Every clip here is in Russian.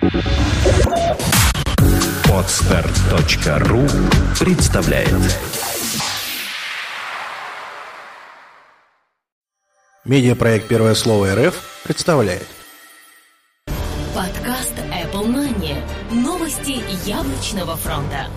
Podster.ru представляет. Медиапроект «Первое слово РФ» представляет. Подкаст Apple Money. Новости яблочного фронта.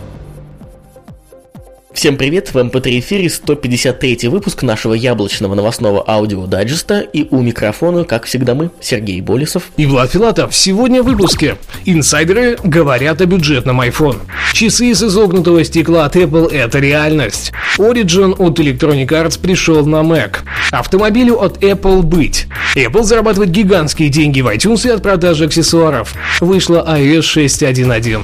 Всем привет, в MP3 эфире 153-й выпуск нашего яблочного новостного аудиодайджеста, и у микрофона, как всегда, мы, Сергей Болесов и Влад Филатов. Сегодня в выпуске. Инсайдеры говорят о бюджетном iPhone. Часы из изогнутого стекла от Apple – это реальность. Origin от Electronic Arts пришел на Mac. Автомобилю от Apple быть. Apple зарабатывает гигантские деньги в iTunes и от продажи аксессуаров. Вышла iOS 6.1.1.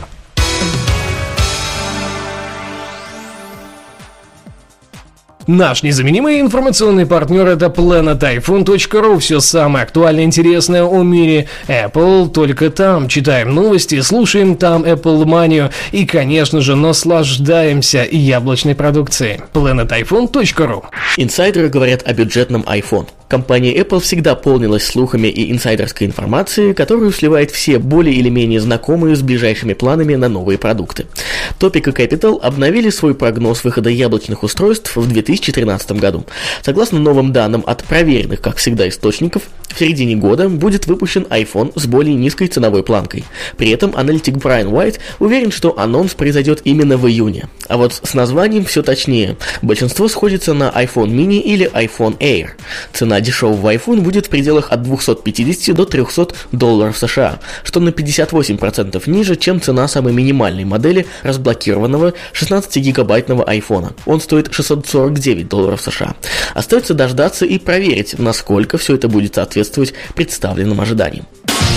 Наш незаменимый информационный партнер — это planetiphone.ru. Все самое актуальное и интересное о мире Apple только там. Читаем новости, слушаем там Apple Money и, конечно же, наслаждаемся яблочной продукцией. planetiphone.ru. Инсайдеры говорят о бюджетном iPhone. Компания Apple всегда полнилась слухами и инсайдерской информацией, которую сливает все более или менее знакомые с ближайшими планами на новые продукты. Topic и Capital обновили свой прогноз выхода яблочных устройств в 2013 году. Согласно новым данным от проверенных, как всегда, источников, в середине года будет выпущен iPhone с более низкой ценовой планкой. При этом аналитик Брайан Уайт уверен, что анонс произойдет именно в июне. А вот с названием все точнее. Большинство сходится на iPhone mini или iPhone Air. Цена дешевого iPhone будет в пределах от $250 до $300 США, что на 58% ниже, чем цена самой минимальной модели разблокированного 16-гигабайтного iPhone. Он стоит $649 США. Остается дождаться и проверить, насколько все это будет соответствовать представленным ожиданиям.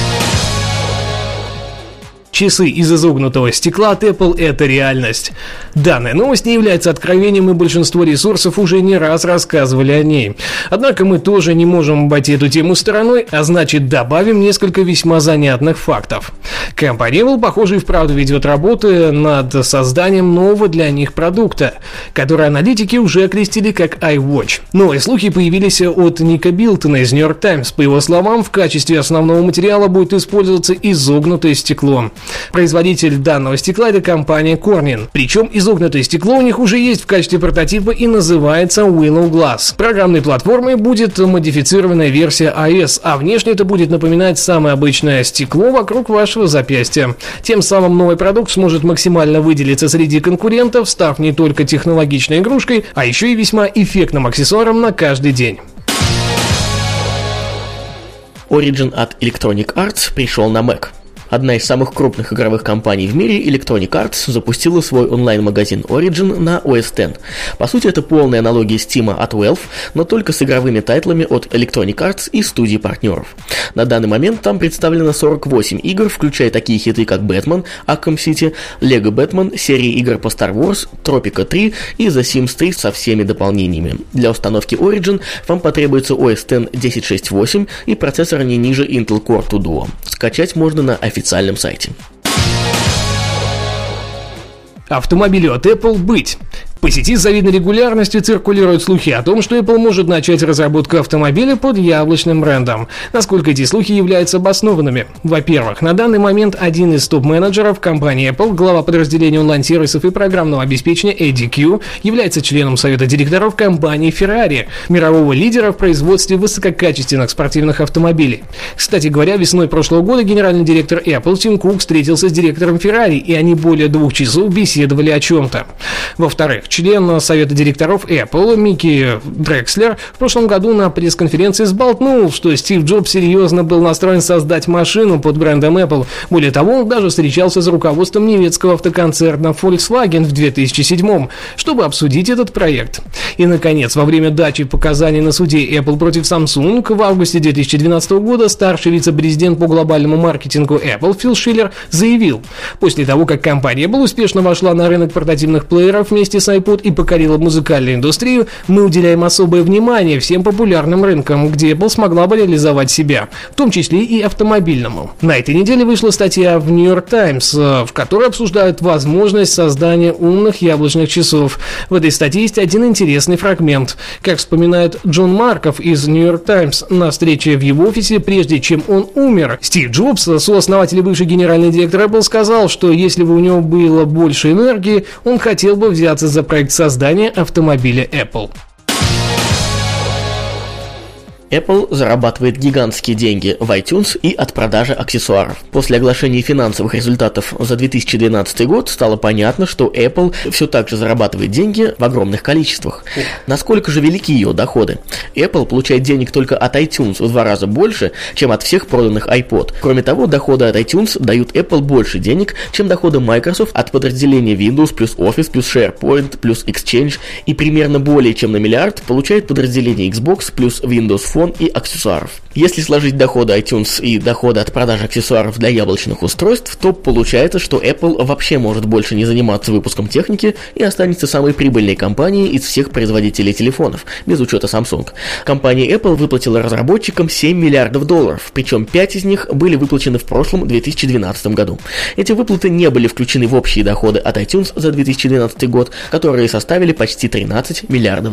Часы из изогнутого стекла от Apple – это реальность. Данная новость не является откровением, и большинство ресурсов уже не раз рассказывали о ней. Однако мы тоже не можем обойти эту тему стороной, а значит добавим несколько весьма занятных фактов. Компания Apple, похоже, и вправду ведет работы над созданием нового для них продукта, который аналитики уже окрестили как iWatch. Новые слухи появились от Ника Билтона из New York Times. По его словам, в качестве основного материала будет использоваться изогнутое стекло. Производитель данного стекла – это компания Corning. Причем изогнутое стекло у них уже есть в качестве прототипа и называется Willow Glass. Программной платформой будет модифицированная версия iOS, а внешне это будет напоминать самое обычное стекло вокруг вашего запястья. Тем самым новый продукт сможет максимально выделиться среди конкурентов, став не только технологичной игрушкой, а еще и весьма эффектным аксессуаром на каждый день. Origin от Electronic Arts пришел на Mac. Одна из самых крупных игровых компаний в мире, Electronic Arts, запустила свой онлайн-магазин Origin на OS X. По сути, это полная аналогия Steam от Valve, но только с игровыми тайтлами от Electronic Arts и студий партнеров. На данный момент там представлено 48 игр, включая такие хиты, как Batman, Arkham City, Lego Batman, серии игр по Star Wars, Tropico 3 и The Sims 3 со всеми дополнениями. Для установки Origin вам потребуется OS X 10.6.8 и процессор не ниже Intel Core 2 Duo. Скачать можно на официальном сайте. Автомобилю от Apple быть. По сети с завидной регулярностью циркулируют слухи о том, что Apple может начать разработку автомобиля под яблочным брендом. Насколько эти слухи являются обоснованными? Во-первых, на данный момент один из топ-менеджеров компании Apple, глава подразделения онлайн-сервисов и программного обеспечения Эдди Кью, является членом совета директоров компании Ferrari, мирового лидера в производстве высококачественных спортивных автомобилей. Кстати говоря, весной прошлого года генеральный директор Apple Тим Кук встретился с директором Ferrari, и они более 2 часов беседовали о чем-то. Во-вторых, член совета директоров Apple Микки Дрекслер в прошлом году на пресс-конференции сболтнул, что Стив Джобс серьезно был настроен создать машину под брендом Apple. Более того, он даже встречался с руководством немецкого автоконцерна Volkswagen в 2007, чтобы обсудить этот проект. И, наконец, во время дачи показаний на суде Apple против Samsung в августе 2012 года старший вице-президент по глобальному маркетингу Apple Фил Шиллер заявил: после того, как компания Apple успешно вошла на рынок портативных плееров вместе с iPod и покорила музыкальную индустрию, мы уделяем особое внимание всем популярным рынкам, где Apple смогла бы реализовать себя, в том числе и автомобильному. На этой неделе вышла статья в New York Times, в которой обсуждают возможность создания умных яблочных часов. В этой статье есть один интересный фрагмент. Как вспоминает Джон Марков из New York Times, на встрече в его офисе, прежде чем он умер, Стив Джобс, сооснователь и бывший генеральный директор Apple, сказал, что если бы у него было больше энергии, он хотел бы взяться за проект создания автомобиля Apple. Apple зарабатывает гигантские деньги в iTunes и от продажи аксессуаров. После оглашения финансовых результатов за 2012 год стало понятно, что Apple все так же зарабатывает деньги в огромных количествах. Насколько же велики ее доходы? Apple получает денег только от iTunes в 2 раза больше, чем от всех проданных iPod. Кроме того, доходы от iTunes дают Apple больше денег, чем доходы Microsoft от подразделения Windows плюс Office плюс SharePoint плюс Exchange, и примерно более чем на миллиард получает подразделение Xbox плюс Windows Phone и аксессуаров. Если сложить доходы iTunes и доходы от продажи аксессуаров для яблочных устройств, то получается, что Apple вообще может больше не заниматься выпуском техники и останется самой прибыльной компанией из всех производителей телефонов, без учета Samsung. Компания Apple выплатила разработчикам $7 миллиардов, причем 5 из них были выплачены в прошлом 2012 году. Эти выплаты не были включены в общие доходы от iTunes за 2012 год, которые составили почти $13 миллиардов.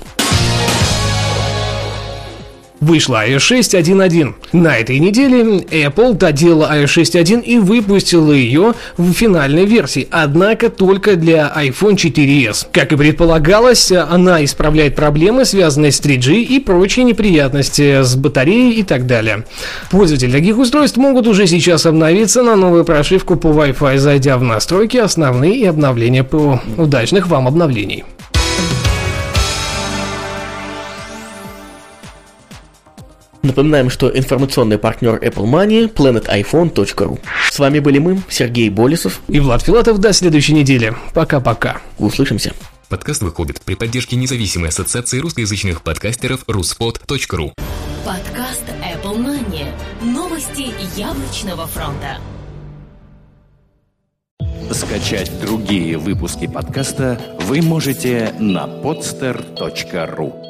Вышла iOS 6.1.1. На этой неделе Apple доделала iOS 6.1 и выпустила ее в финальной версии, однако только для iPhone 4s. Как и предполагалось, она исправляет проблемы, связанные с 3G и прочие неприятности с батареей и так далее. Пользователи таких устройств могут уже сейчас обновиться на новую прошивку по Wi-Fi, зайдя в настройки, основные и обновления ПО. Удачных вам обновлений! Напоминаем, что информационный партнер Apple Money – planetiphone.ru. С вами были мы, Сергей Болесов и Влад Филатов. До следующей недели. Пока-пока. Услышимся. Подкаст выходит при поддержке независимой ассоциации русскоязычных подкастеров ruspod.ru. Подкаст Apple Money. Новости яблочного фронта. Скачать другие выпуски подкаста вы можете на podster.ru.